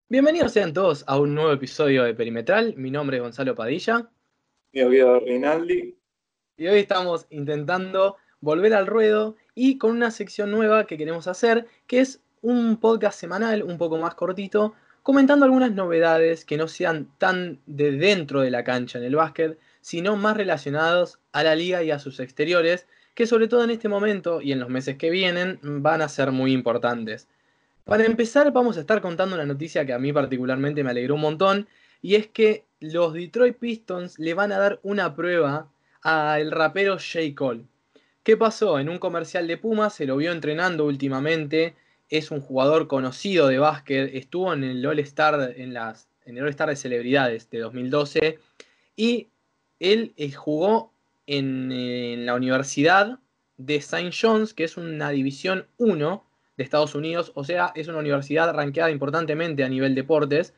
Bienvenidos sean todos a un nuevo episodio de Perimetral. Mi nombre es Gonzalo Padilla Mi amigo Rinaldi. y hoy estamos intentando volver al ruedo y con una sección nueva que queremos hacer, que es un podcast semanal un poco más cortito, comentando algunas novedades que no sean tan de dentro de la cancha en el básquet, sino más relacionados a la liga y a sus exteriores, que sobre todo en este momento y en los meses que vienen van a ser muy importantes. Para empezar, vamos a estar contando una noticia que a mí particularmente me alegró un montón, y es que los Detroit Pistons le van a dar una prueba al rapero J. Cole. ¿Qué pasó? En un comercial de Puma se lo vio entrenando últimamente, es un jugador conocido de básquet, estuvo en el All-Star, en el All-Star de celebridades de 2012, y él jugó en la Universidad de Saint John's, que es una división uno de Estados Unidos, o sea, es una universidad rankeada importantemente a nivel deportes,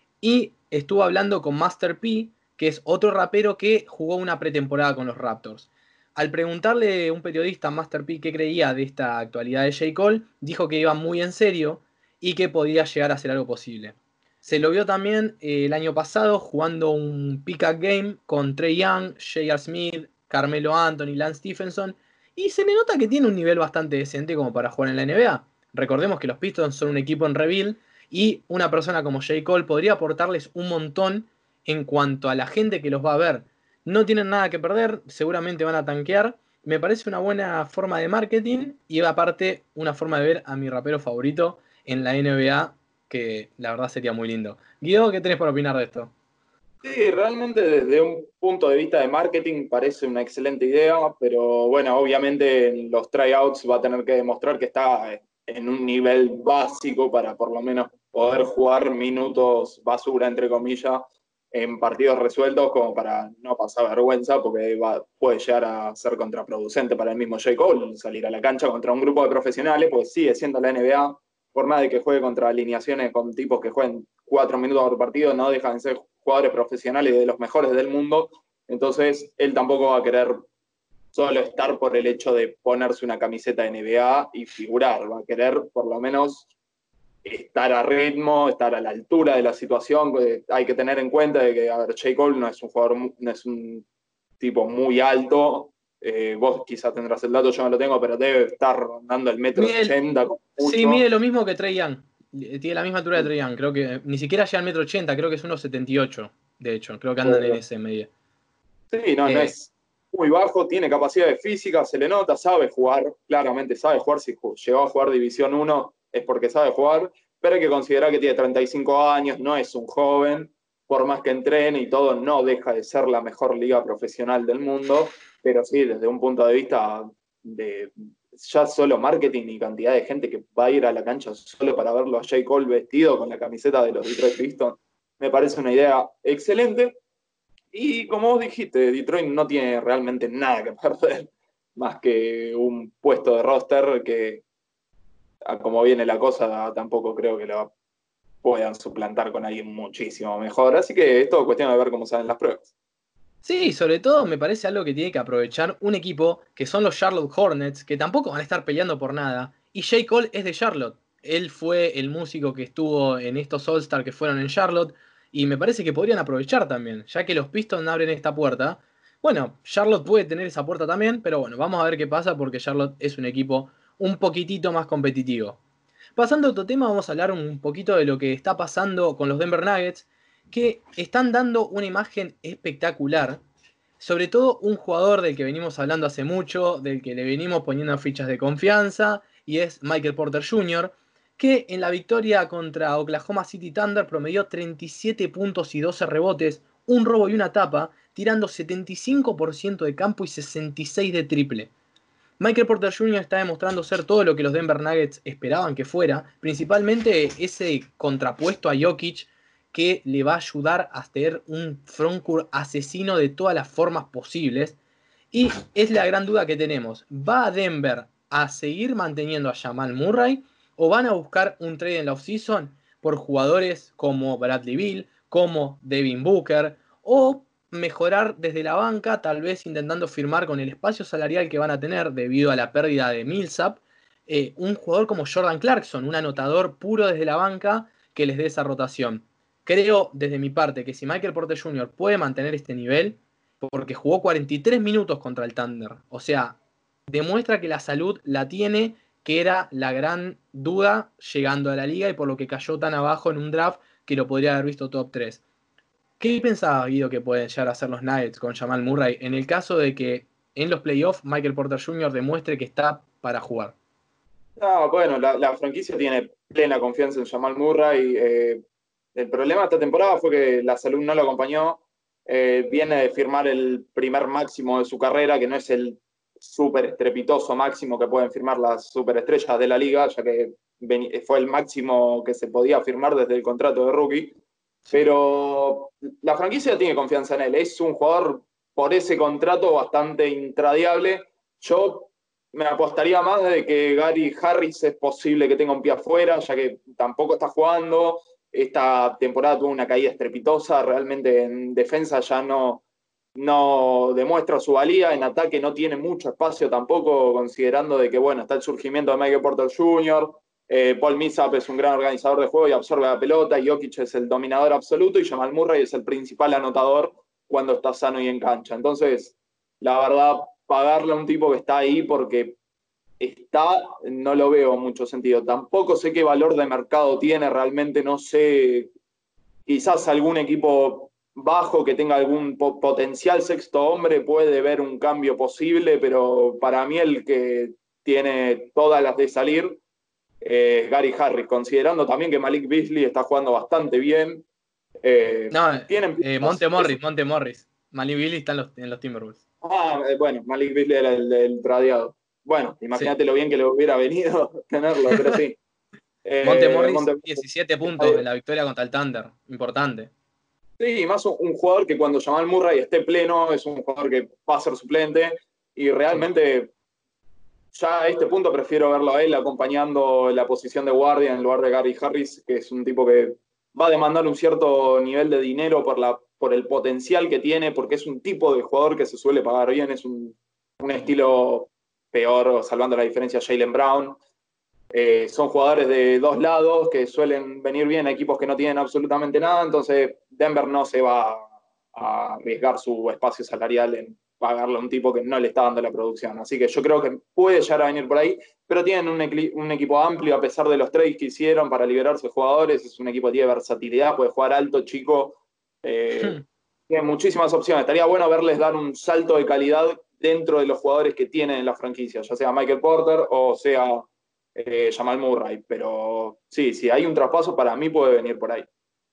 y estuvo hablando con Master P, que es otro rapero que jugó una pretemporada con los Raptors. Al preguntarle a un periodista a Master P qué creía de esta actualidad de J. Cole, dijo que iba muy en serio y que podía llegar a ser algo posible. Se lo vio también el año pasado jugando un pick-up game con Trey Young, J.R. Smith, Carmelo Anthony, Lance Stephenson, y se le nota que tiene un nivel bastante decente como para jugar en la NBA. Recordemos que los Pistons son un equipo en rebuild y una persona como J. Cole podría aportarles un montón en cuanto a la gente que los va a ver. No tienen nada que perder, seguramente van a tanquear. Me parece una buena forma de marketing y aparte una forma de ver a mi rapero favorito en la NBA, que la verdad sería muy lindo. Guido, ¿qué tenés para opinar de esto? Sí, realmente desde un punto de vista de marketing parece una excelente idea, pero bueno, obviamente en los tryouts va a tener que demostrar que está en un nivel básico para por lo menos poder jugar minutos basura, entre comillas, en partidos resueltos como para no pasar vergüenza, porque puede llegar a ser contraproducente para el mismo J. Cole salir a la cancha contra un grupo de profesionales, pues sigue siendo la NBA, por más de que juegue contra alineaciones con tipos que jueguen 4 minutos por partido, no dejan de ser jugadores profesionales de los mejores del mundo. Entonces, él tampoco va a querer solo estar por el hecho de ponerse una camiseta de NBA y figurar. Va a querer, por lo menos, estar a ritmo, estar a la altura de la situación. Hay que tener en cuenta de que, a ver, J. Cole no es un jugador, no es un tipo muy alto. Vos quizás tendrás el dato, yo no lo tengo, pero debe estar rondando el metro Mide, ochenta como sí, mide mucho. lo mismo que Trey Young. Tiene la misma altura de Trey Young. Creo que ni siquiera llega al metro ochenta, creo que es 1,78. De hecho, creo que andan en ese medio. Sí, no, no Eh, es muy bajo, tiene capacidades físicas, se le nota, sabe jugar, claramente sabe jugar. Si llegó a jugar División uno es porque sabe jugar, pero hay que considerar que tiene 35 años, no es un joven, por más que entrene y todo, no deja de ser la mejor liga profesional del mundo, pero sí, desde un punto de vista de ya solo marketing y cantidad de gente que va a ir a la cancha solo para verlo a J. Cole vestido con la camiseta de los Detroit Pistons, me parece una idea excelente. Y como vos dijiste, Detroit no tiene realmente nada que perder, más que un puesto de roster que, como viene la cosa, tampoco creo que lo puedan suplantar con alguien muchísimo mejor. Así que es todo cuestión de ver cómo salen las pruebas. Sí, sobre todo me parece algo que tiene que aprovechar un equipo que son los Charlotte Hornets, que tampoco van a estar peleando por nada. Y J. Cole es de Charlotte. Él fue el músico que estuvo en estos All-Star que fueron en Charlotte. Y me parece que podrían aprovechar también, ya que los Pistons abren esta puerta. Bueno, Charlotte puede tener esa puerta también, pero bueno, vamos a ver qué pasa porque Charlotte es un equipo un poquitito más competitivo. Pasando a otro tema, vamos a hablar un poquito de lo que está pasando con los Denver Nuggets, que están dando una imagen espectacular. Sobre todo un jugador del que venimos hablando hace mucho, del que le venimos poniendo fichas de confianza, y es Michael Porter Jr., que en la victoria contra Oklahoma City Thunder promedió 37 puntos y 12 rebotes, un robo y una tapa, tirando 75% de campo y 66% de triple. Michael Porter Jr. está demostrando ser todo lo que los Denver Nuggets esperaban que fuera, principalmente ese contrapuesto a Jokic que le va a ayudar a tener un frontcourt asesino de todas las formas posibles. Y es la gran duda que tenemos. ¿Va a Denver a seguir manteniendo a Jamal Murray o van a buscar un trade en la offseason por jugadores como Bradley Beal, como Devin Booker o mejorar desde la banca, tal vez intentando firmar con el espacio salarial que van a tener debido a la pérdida de Millsap, un jugador como Jordan Clarkson, un anotador puro desde la banca que les dé esa rotación. Creo, desde mi parte, que si Michael Porter Jr. puede mantener este nivel, porque jugó 43 minutos contra el Thunder, o sea, demuestra que la salud la tiene, que era la gran duda llegando a la liga y por lo que cayó tan abajo en un draft que lo podría haber visto top 3. ¿Qué pensaba, Guido, que pueden llegar a hacer los Nuggets con Jamal Murray en el caso de que en los playoffs Michael Porter Jr. demuestre que está para jugar? No, bueno, la franquicia tiene plena confianza en Jamal Murray. El problema de esta temporada fue que la salud no lo acompañó. Viene de firmar el primer máximo de su carrera, que no es el súper estrepitoso máximo que pueden firmar las superestrellas de la liga, ya que fue el máximo que se podía firmar desde el contrato de rookie. Sí. Pero la franquicia tiene confianza en él. Es un jugador por ese contrato bastante intradiable. Yo me apostaría más de que Gary Harris es posible que tenga un pie afuera, ya que tampoco está jugando. Esta temporada tuvo una caída estrepitosa, realmente en defensa ya no demuestra su valía, en ataque no tiene mucho espacio tampoco, considerando de que, bueno, está el surgimiento de Michael Porter Jr., Paul Millsap es un gran organizador de juego y absorbe la pelota, Jokic es el dominador absoluto y Jamal Murray es el principal anotador cuando está sano y en cancha. Entonces, la verdad, pagarle a un tipo que está ahí porque está, no lo veo mucho sentido. Tampoco sé qué valor de mercado tiene, realmente no sé, quizás algún equipo bajo que tenga algún potencial sexto hombre puede ver un cambio posible, pero para mí el que tiene todas las de salir es Gary Harris, considerando también que Malik Beasley está jugando bastante bien. No, Tienen Monte Morris. Malik Beasley está en los Timberwolves. bueno, Malik Beasley era el tradeado. Bueno, Sí. imagínate lo bien que le hubiera venido tenerlo, pero sí. Monte Morris, Monte, 17 puntos en la victoria contra el Thunder. Importante. sí, más un jugador que cuando Jamal Murray esté pleno es un jugador que va a ser suplente y Sí. realmente ya a este punto prefiero verlo a él acompañando la posición de guardia en lugar de Gary Harris, que es un tipo que va a demandar un cierto nivel de dinero por el potencial que tiene, porque es un tipo de jugador que se suele pagar bien, es un estilo peor, salvando la diferencia, Jaylen Brown. Son jugadores de dos lados que suelen venir bien a equipos que no tienen absolutamente nada, entonces Denver no se va a arriesgar su espacio salarial en pagarle a un tipo que no le está dando la producción. Así que yo creo que puede llegar a venir por ahí, pero tienen un equipo amplio a pesar de los trades que hicieron para liberarse de jugadores. Es un equipo que tiene versatilidad, puede jugar alto, chico. Tiene muchísimas opciones. Estaría bueno verles dar un salto de calidad dentro de los jugadores que tienen en la franquicia, ya sea Michael Porter o sea Jamal Murray. Pero sí, si hay un traspaso, para mí puede venir por ahí.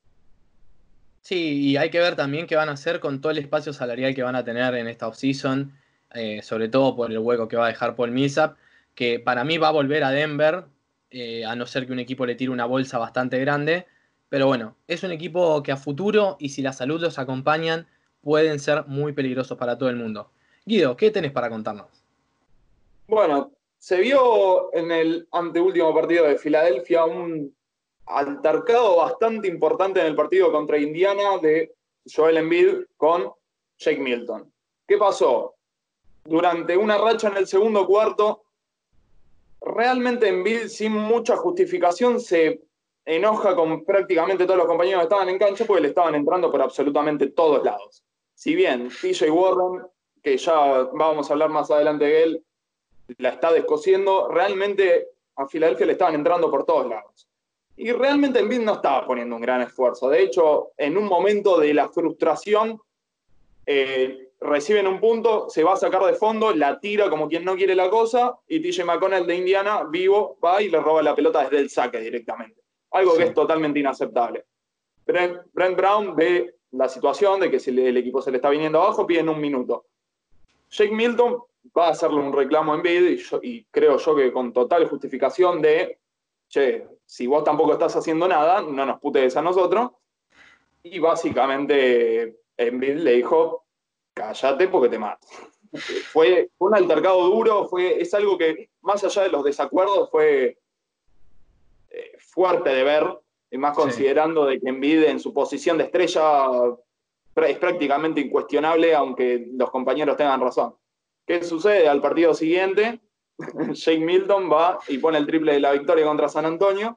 Sí, y hay que ver también qué van a hacer con todo el espacio salarial que van a tener en esta offseason, sobre todo por el hueco que va a dejar Paul Millsap, que para mí va a volver a Denver, a no ser que un equipo le tire una bolsa bastante grande. Pero bueno, es un equipo que a futuro, y si la salud los acompañan, pueden ser muy peligrosos para todo el mundo. Guido, ¿qué tenés para contarnos? Bueno, se vio en el anteúltimo partido de Filadelfia un altercado bastante importante en el partido contra Indiana de Joel Embiid con Jake Milton. ¿Qué pasó? Durante una racha en el segundo cuarto, realmente Embiid sin mucha justificación se enoja con prácticamente todos los compañeros que estaban en cancha porque le estaban entrando por absolutamente todos lados. Si bien TJ Warren, que ya vamos a hablar más adelante de él, la está descosiendo, realmente a Filadelfia le estaban entrando por todos lados. Y realmente Embiid no estaba poniendo un gran esfuerzo. De hecho, en un momento de la frustración, reciben un punto, se va a sacar de fondo, la tira como quien no quiere la cosa, y TJ McConnell de Indiana, vivo, va y le roba la pelota desde el saque directamente. Algo que es Sí. totalmente inaceptable. Brent Brown ve la situación de que si el equipo se le está viniendo abajo, piden un minuto. Jake Milton va a hacerle un reclamo en Bid y creo yo que con total justificación de, che, si vos tampoco estás haciendo nada, no nos putees a nosotros. Y básicamente Embiid le dijo, cállate porque te mato. Fue un altercado duro, es algo que más allá de los desacuerdos fue fuerte de ver, y más Sí. considerando de que Embiid en su posición de estrella es prácticamente incuestionable, aunque los compañeros tengan razón. ¿Qué sucede? Al partido siguiente, Jake Milton va y pone el triple de la victoria contra San Antonio,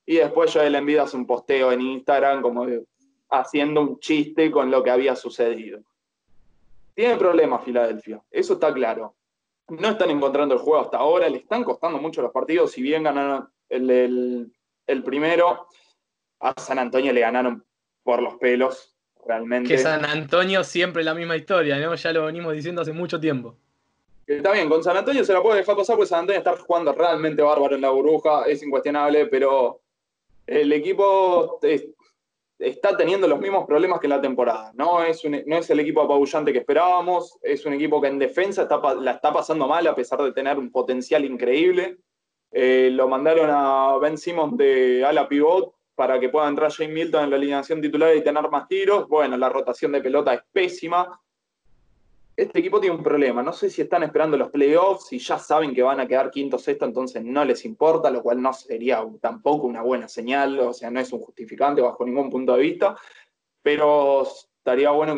y después Joel Embiid hace un posteo en Instagram como haciendo un chiste con lo que había sucedido. Tiene problemas Filadelfia, eso está claro. No están encontrando el juego hasta ahora, le están costando mucho los partidos, si bien ganaron el primero, a San Antonio le ganaron por los pelos, Que realmente. San Antonio siempre la misma historia, ¿no? Ya lo venimos diciendo hace mucho tiempo. Está bien, con San Antonio se la puede dejar pasar porque San Antonio está jugando realmente bárbaro en la burbuja, es incuestionable, pero el equipo está teniendo los mismos problemas que en la temporada. No es el equipo apabullante que esperábamos, es un equipo que en defensa la está pasando mal a pesar de tener un potencial increíble. Lo mandaron a Ben Simmons de ala pivot para que pueda entrar Shane Milton en la alineación titular y tener más tiros. Bueno, la rotación de pelota es pésima. Este equipo tiene un problema. No sé si están esperando los playoffs, si ya saben que van a quedar quinto o sexto, entonces no les importa, lo cual no sería tampoco una buena señal, o sea, no es un justificante bajo ningún punto de vista, pero estaría bueno que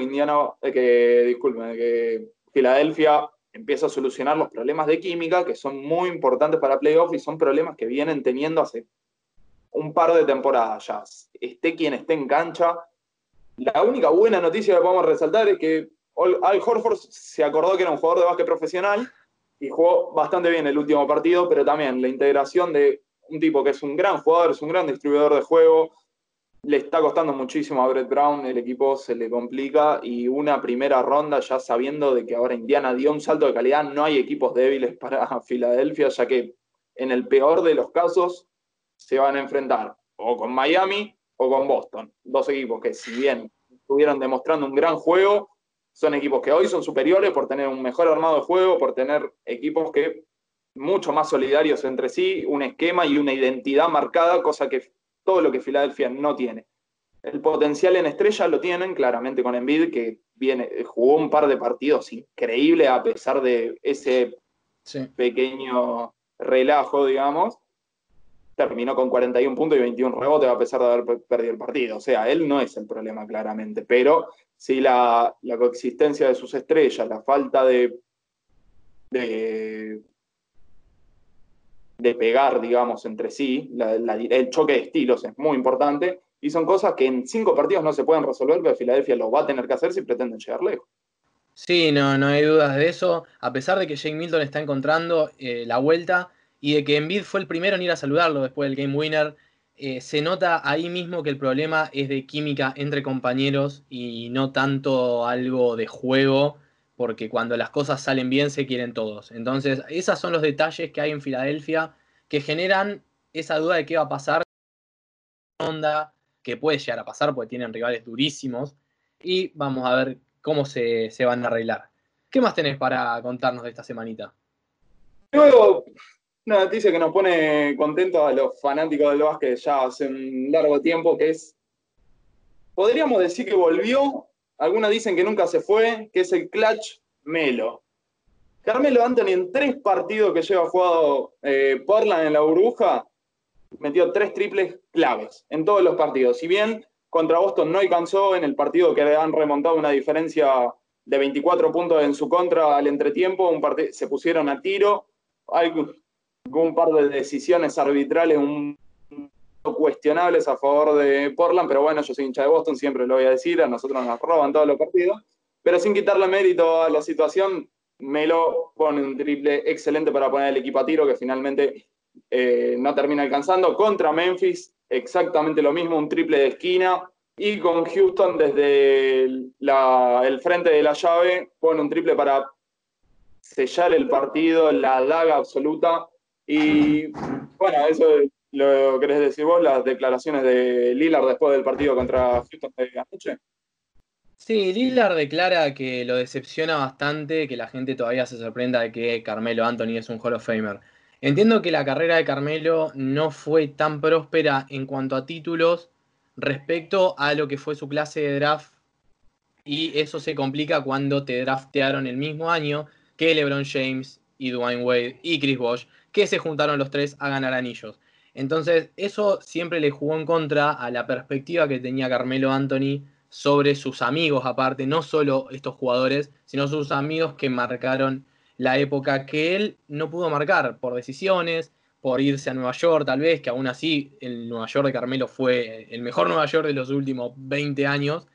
que Filadelfia empiece a solucionar los problemas de química, que son muy importantes para playoffs y son problemas que vienen teniendo hace un par de temporadas ya. Esté quien esté en cancha. La única buena noticia que podemos resaltar es que Al Horford se acordó que era un jugador de básquet profesional y jugó bastante bien el último partido, pero también la integración de un tipo que es un gran jugador, es un gran distribuidor de juego, le está costando muchísimo a Brett Brown, el equipo se le complica y una primera ronda ya sabiendo de que ahora Indiana dio un salto de calidad, no hay equipos débiles para Filadelfia, ya que en el peor de los casos se van a enfrentar o con Miami o con Boston, dos equipos que si bien estuvieron demostrando un gran juego, son equipos que hoy son superiores por tener un mejor armado de juego, por tener equipos que mucho más solidarios entre sí, un esquema y una identidad marcada, cosa que todo lo que Filadelfia no tiene. El potencial en estrella lo tienen claramente con Embiid, que jugó un par de partidos increíbles a pesar de ese pequeño relajo, digamos. Terminó con 41 puntos y 21 rebotes a pesar de haber perdido el partido. O sea, él no es el problema claramente, pero sí la coexistencia de sus estrellas, la falta de pegar, digamos, entre sí, el choque de estilos es muy importante, y son cosas que en 5 partidos no se pueden resolver, pero Filadelfia lo va a tener que hacer si pretenden llegar lejos. Sí, no, no hay dudas de eso. A pesar de que Jake Milton está encontrando la vuelta y de que Embiid fue el primero en ir a saludarlo después del Game Winner, se nota ahí mismo que el problema es de química entre compañeros y no tanto algo de juego, porque cuando las cosas salen bien se quieren todos. Entonces, esos son los detalles que hay en Filadelfia que generan esa duda de qué va a pasar, onda, que puede llegar a pasar porque tienen rivales durísimos y vamos a ver cómo se van a arreglar. ¿Qué más tenés para contarnos de esta semanita? Luego, una noticia que nos pone contentos a los fanáticos del básquet ya hace un largo tiempo, que es, podríamos decir que volvió, algunos dicen que nunca se fue, que es el Clutch Melo. Carmelo Anthony en 3 partidos que lleva jugado Portland en la burbuja, metió 3 triples claves en todos los partidos. Si bien contra Boston no alcanzó en el partido que han remontado una diferencia de 24 puntos en su contra al entretiempo, se pusieron a tiro, hay un par de decisiones arbitrales un cuestionables a favor de Portland, pero bueno, yo soy hincha de Boston, siempre lo voy a decir, a nosotros nos roban todos los partidos, pero sin quitarle mérito a la situación, Melo pone un triple excelente para poner el equipo a tiro, que finalmente no termina alcanzando. Contra Memphis, exactamente lo mismo, un triple de esquina. Y con Houston, desde el frente de la llave, pone un triple para sellar el partido, la daga absoluta. Y bueno, eso lo querés decir vos, las declaraciones de Lillard después del partido contra Houston de anoche. Sí, Lillard declara que lo decepciona bastante que la gente todavía se sorprenda de que Carmelo Anthony es un Hall of Famer. Entiendo que la carrera de Carmelo no fue tan próspera en cuanto a títulos respecto a lo que fue su clase de draft y eso se complica cuando te draftearon el mismo año que LeBron James y Dwayne Wade y Chris Bosh, que se juntaron los tres a ganar anillos. Entonces, eso siempre le jugó en contra a la perspectiva que tenía Carmelo Anthony sobre sus amigos, aparte, no solo estos jugadores, sino sus amigos que marcaron la época que él no pudo marcar por decisiones, por irse a Nueva York, tal vez, que aún así el Nueva York de Carmelo fue el mejor Nueva York de los últimos 20 años,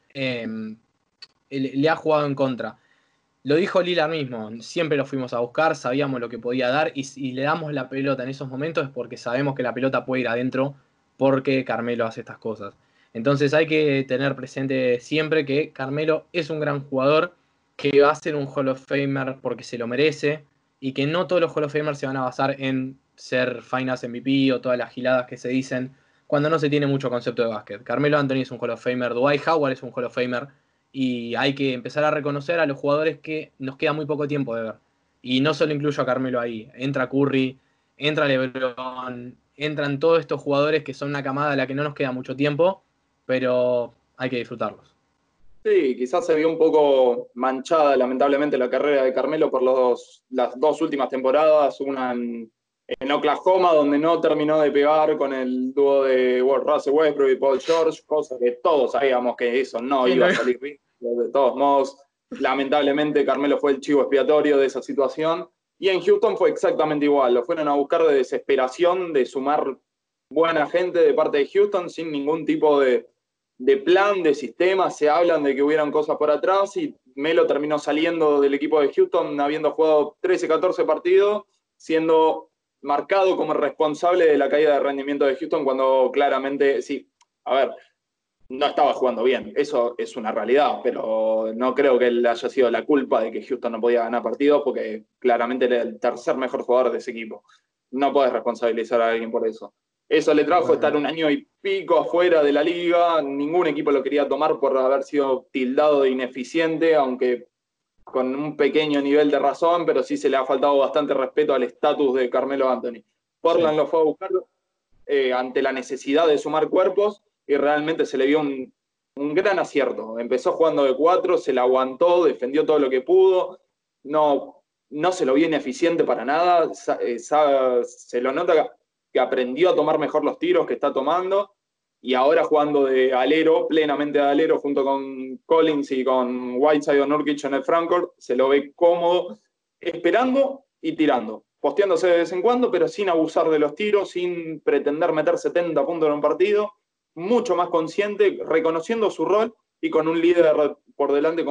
le ha jugado en contra. Lo dijo Lillard mismo, siempre lo fuimos a buscar, sabíamos lo que podía dar y le damos la pelota en esos momentos es porque sabemos que la pelota puede ir adentro porque Carmelo hace estas cosas. Entonces hay que tener presente siempre que Carmelo es un gran jugador, que va a ser un Hall of Famer porque se lo merece y que no todos los Hall of Famers se van a basar en ser Finals MVP o todas las giladas que se dicen cuando no se tiene mucho concepto de básquet. Carmelo Anthony es un Hall of Famer, Dwight Howard es un Hall of Famer, y hay que empezar a reconocer a los jugadores que nos queda muy poco tiempo de ver. Y no solo incluyo a Carmelo ahí, entra Curry, entra LeBron, entran todos estos jugadores que son una camada a la que no nos queda mucho tiempo, pero hay que disfrutarlos. Sí, quizás se vio un poco manchada lamentablemente la carrera de Carmelo por las dos últimas temporadas, una en Oklahoma donde no terminó de pegar con el dúo de Russell Westbrook y Paul George, cosa que todos sabíamos que eso no Sí, iba a salir bien. De todos modos, lamentablemente Carmelo fue el chivo expiatorio de esa situación y en Houston fue exactamente igual, lo fueron a buscar de desesperación, de sumar buena gente de parte de Houston sin ningún tipo de plan, de sistema, se hablan de que hubieran cosas por atrás y Melo terminó saliendo del equipo de Houston habiendo jugado 13, 14 partidos, siendo marcado como responsable de la caída de rendimiento de Houston cuando claramente, sí, a ver, no estaba jugando bien, eso es una realidad, pero no creo que él haya sido la culpa de que Houston no podía ganar partidos porque claramente era el tercer mejor jugador de ese equipo. No puedes responsabilizar a alguien por eso. Eso le trajo estar un año y pico afuera de la liga, ningún equipo lo quería tomar por haber sido tildado de ineficiente, aunque con un pequeño nivel de razón, pero sí se le ha faltado bastante respeto al estatus de Carmelo Anthony. Portland lo fue a buscar ante la necesidad de sumar cuerpos y realmente se le vio un gran acierto. Empezó jugando de 4, se la aguantó, defendió todo lo que pudo, no se lo vio ineficiente para nada, se lo nota que aprendió a tomar mejor los tiros que está tomando y ahora jugando de alero, plenamente de alero, junto con Collins y con Whiteside o Nurkic en el frontcourt, se lo ve cómodo, esperando y tirando, posteándose de vez en cuando, pero sin abusar de los tiros, sin pretender meter 70 puntos en un partido, mucho más consciente, reconociendo su rol y con un líder por delante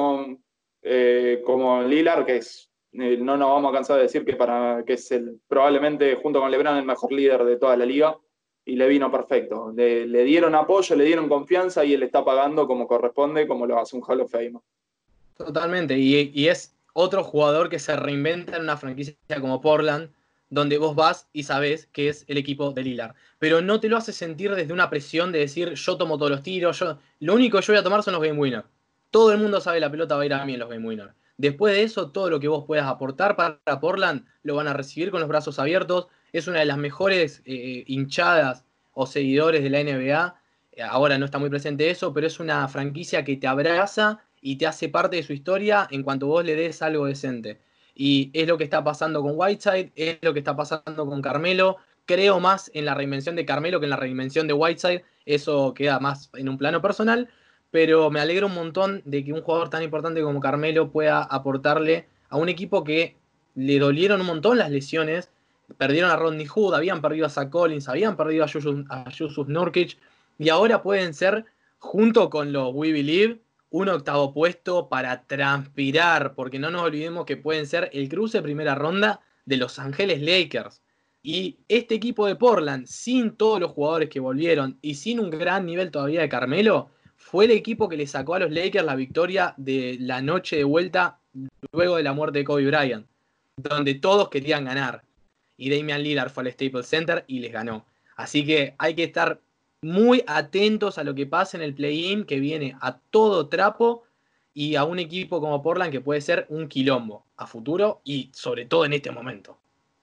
como Lillard, que es, no nos vamos a cansar de decir que es probablemente junto con LeBron el mejor líder de toda la liga, y le vino perfecto. Le dieron apoyo, le dieron confianza y él está pagando como corresponde, como lo hace un Hall of Fame. Totalmente, y es otro jugador que se reinventa en una franquicia como Portland, donde vos vas y sabés que es el equipo de Lillard. Pero no te lo hace sentir desde una presión de decir yo tomo todos los tiros, lo único que yo voy a tomar son los game winners. Todo el mundo sabe la pelota va a ir a mí en los game winners. Después de eso, todo lo que vos puedas aportar para Portland lo van a recibir con los brazos abiertos. Es una de las mejores hinchadas o seguidores de la NBA. Ahora no está muy presente eso, pero es una franquicia que te abraza y te hace parte de su historia en cuanto vos le des algo decente. Y es lo que está pasando con Whiteside, es lo que está pasando con Carmelo. Creo más en la reinvención de Carmelo que en la reinvención de Whiteside. Eso queda más en un plano personal. Pero me alegro un montón de que un jugador tan importante como Carmelo pueda aportarle a un equipo que le dolieron un montón las lesiones. Perdieron a Rodney Hood, habían perdido a Zach Collins, habían perdido a Jusuf Nurkic. Y ahora pueden ser, junto con los We Believe, un octavo puesto para transpirar, porque no nos olvidemos que pueden ser el cruce primera ronda de Los Ángeles Lakers. Y este equipo de Portland, sin todos los jugadores que volvieron y sin un gran nivel todavía de Carmelo, fue el equipo que le sacó a los Lakers la victoria de la noche de vuelta luego de la muerte de Kobe Bryant, donde todos querían ganar. Y Damian Lillard fue al Staples Center y les ganó. Así que hay que estar muy atentos a lo que pasa en el play-in, que viene a todo trapo, y a un equipo como Portland que puede ser un quilombo a futuro y sobre todo en este momento.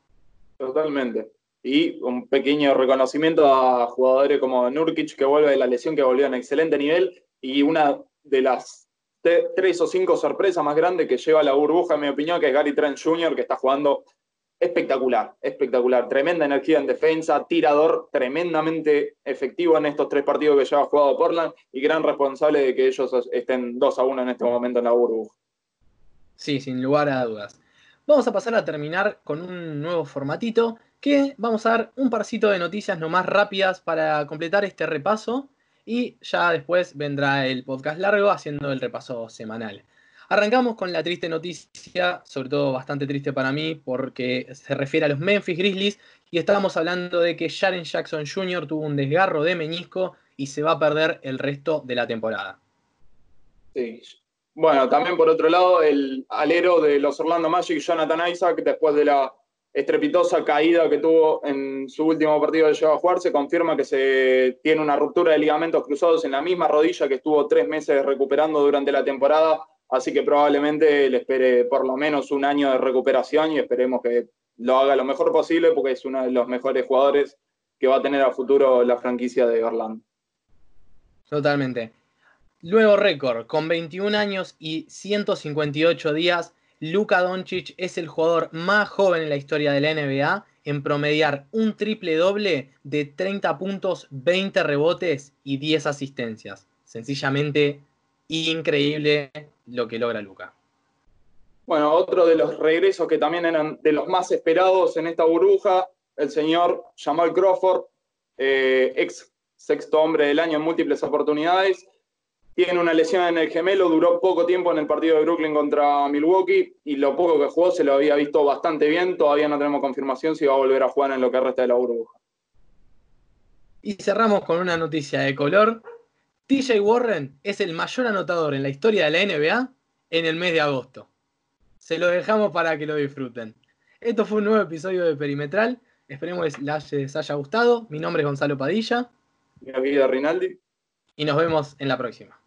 Totalmente. Y un pequeño reconocimiento a jugadores como Nurkic, que vuelve de la lesión, que volvió en excelente nivel, y una de las 3 o 5 sorpresas más grandes que lleva la burbuja, en mi opinión, que es Gary Trent Jr., que está jugando espectacular, espectacular. Tremenda energía en defensa, tirador tremendamente efectivo en estos 3 partidos que lleva jugado Portland y gran responsable de que ellos estén 2-1 en este momento en la burbuja. Sí, sin lugar a dudas. Vamos a pasar a terminar con un nuevo formatito, que que vamos a dar un parcito de noticias nomás rápidas para completar este repaso y ya después vendrá el podcast largo haciendo el repaso semanal. Arrancamos con la triste noticia, sobre todo bastante triste para mí, porque se refiere a los Memphis Grizzlies y estábamos hablando de que Jaren Jackson Jr. tuvo un desgarro de menisco y se va a perder el resto de la temporada. Sí. Bueno, también por otro lado, el alero de los Orlando Magic, Jonathan Isaac, después de la estrepitosa caída que tuvo en su último partido que llegó a jugar, se confirma que se tiene una ruptura de ligamentos cruzados en la misma rodilla que estuvo 3 meses recuperando durante la temporada, así que probablemente le espere por lo menos un año de recuperación y esperemos que lo haga lo mejor posible porque es uno de los mejores jugadores que va a tener a futuro la franquicia de Orlando. Totalmente. Luego récord, con 21 años y 158 días, Luka Doncic es el jugador más joven en la historia de la NBA en promediar un triple doble de 30 puntos, 20 rebotes y 10 asistencias. Sencillamente increíble lo que logra Luka. Bueno, otro de los regresos que también eran de los más esperados en esta burbuja, el señor Jamal Crawford, ex sexto hombre del año en múltiples oportunidades. Tiene una lesión en el gemelo, duró poco tiempo en el partido de Brooklyn contra Milwaukee y lo poco que jugó se lo había visto bastante bien. Todavía no tenemos confirmación si va a volver a jugar en lo que resta de la burbuja. Y cerramos con una noticia de color. TJ Warren es el mayor anotador en la historia de la NBA en el mes de agosto. Se lo dejamos para que lo disfruten. Esto fue un nuevo episodio de Perimetral. Esperemos que les haya gustado. Mi nombre es Gonzalo Padilla. Mi vida Rinaldi. Y nos vemos en la próxima.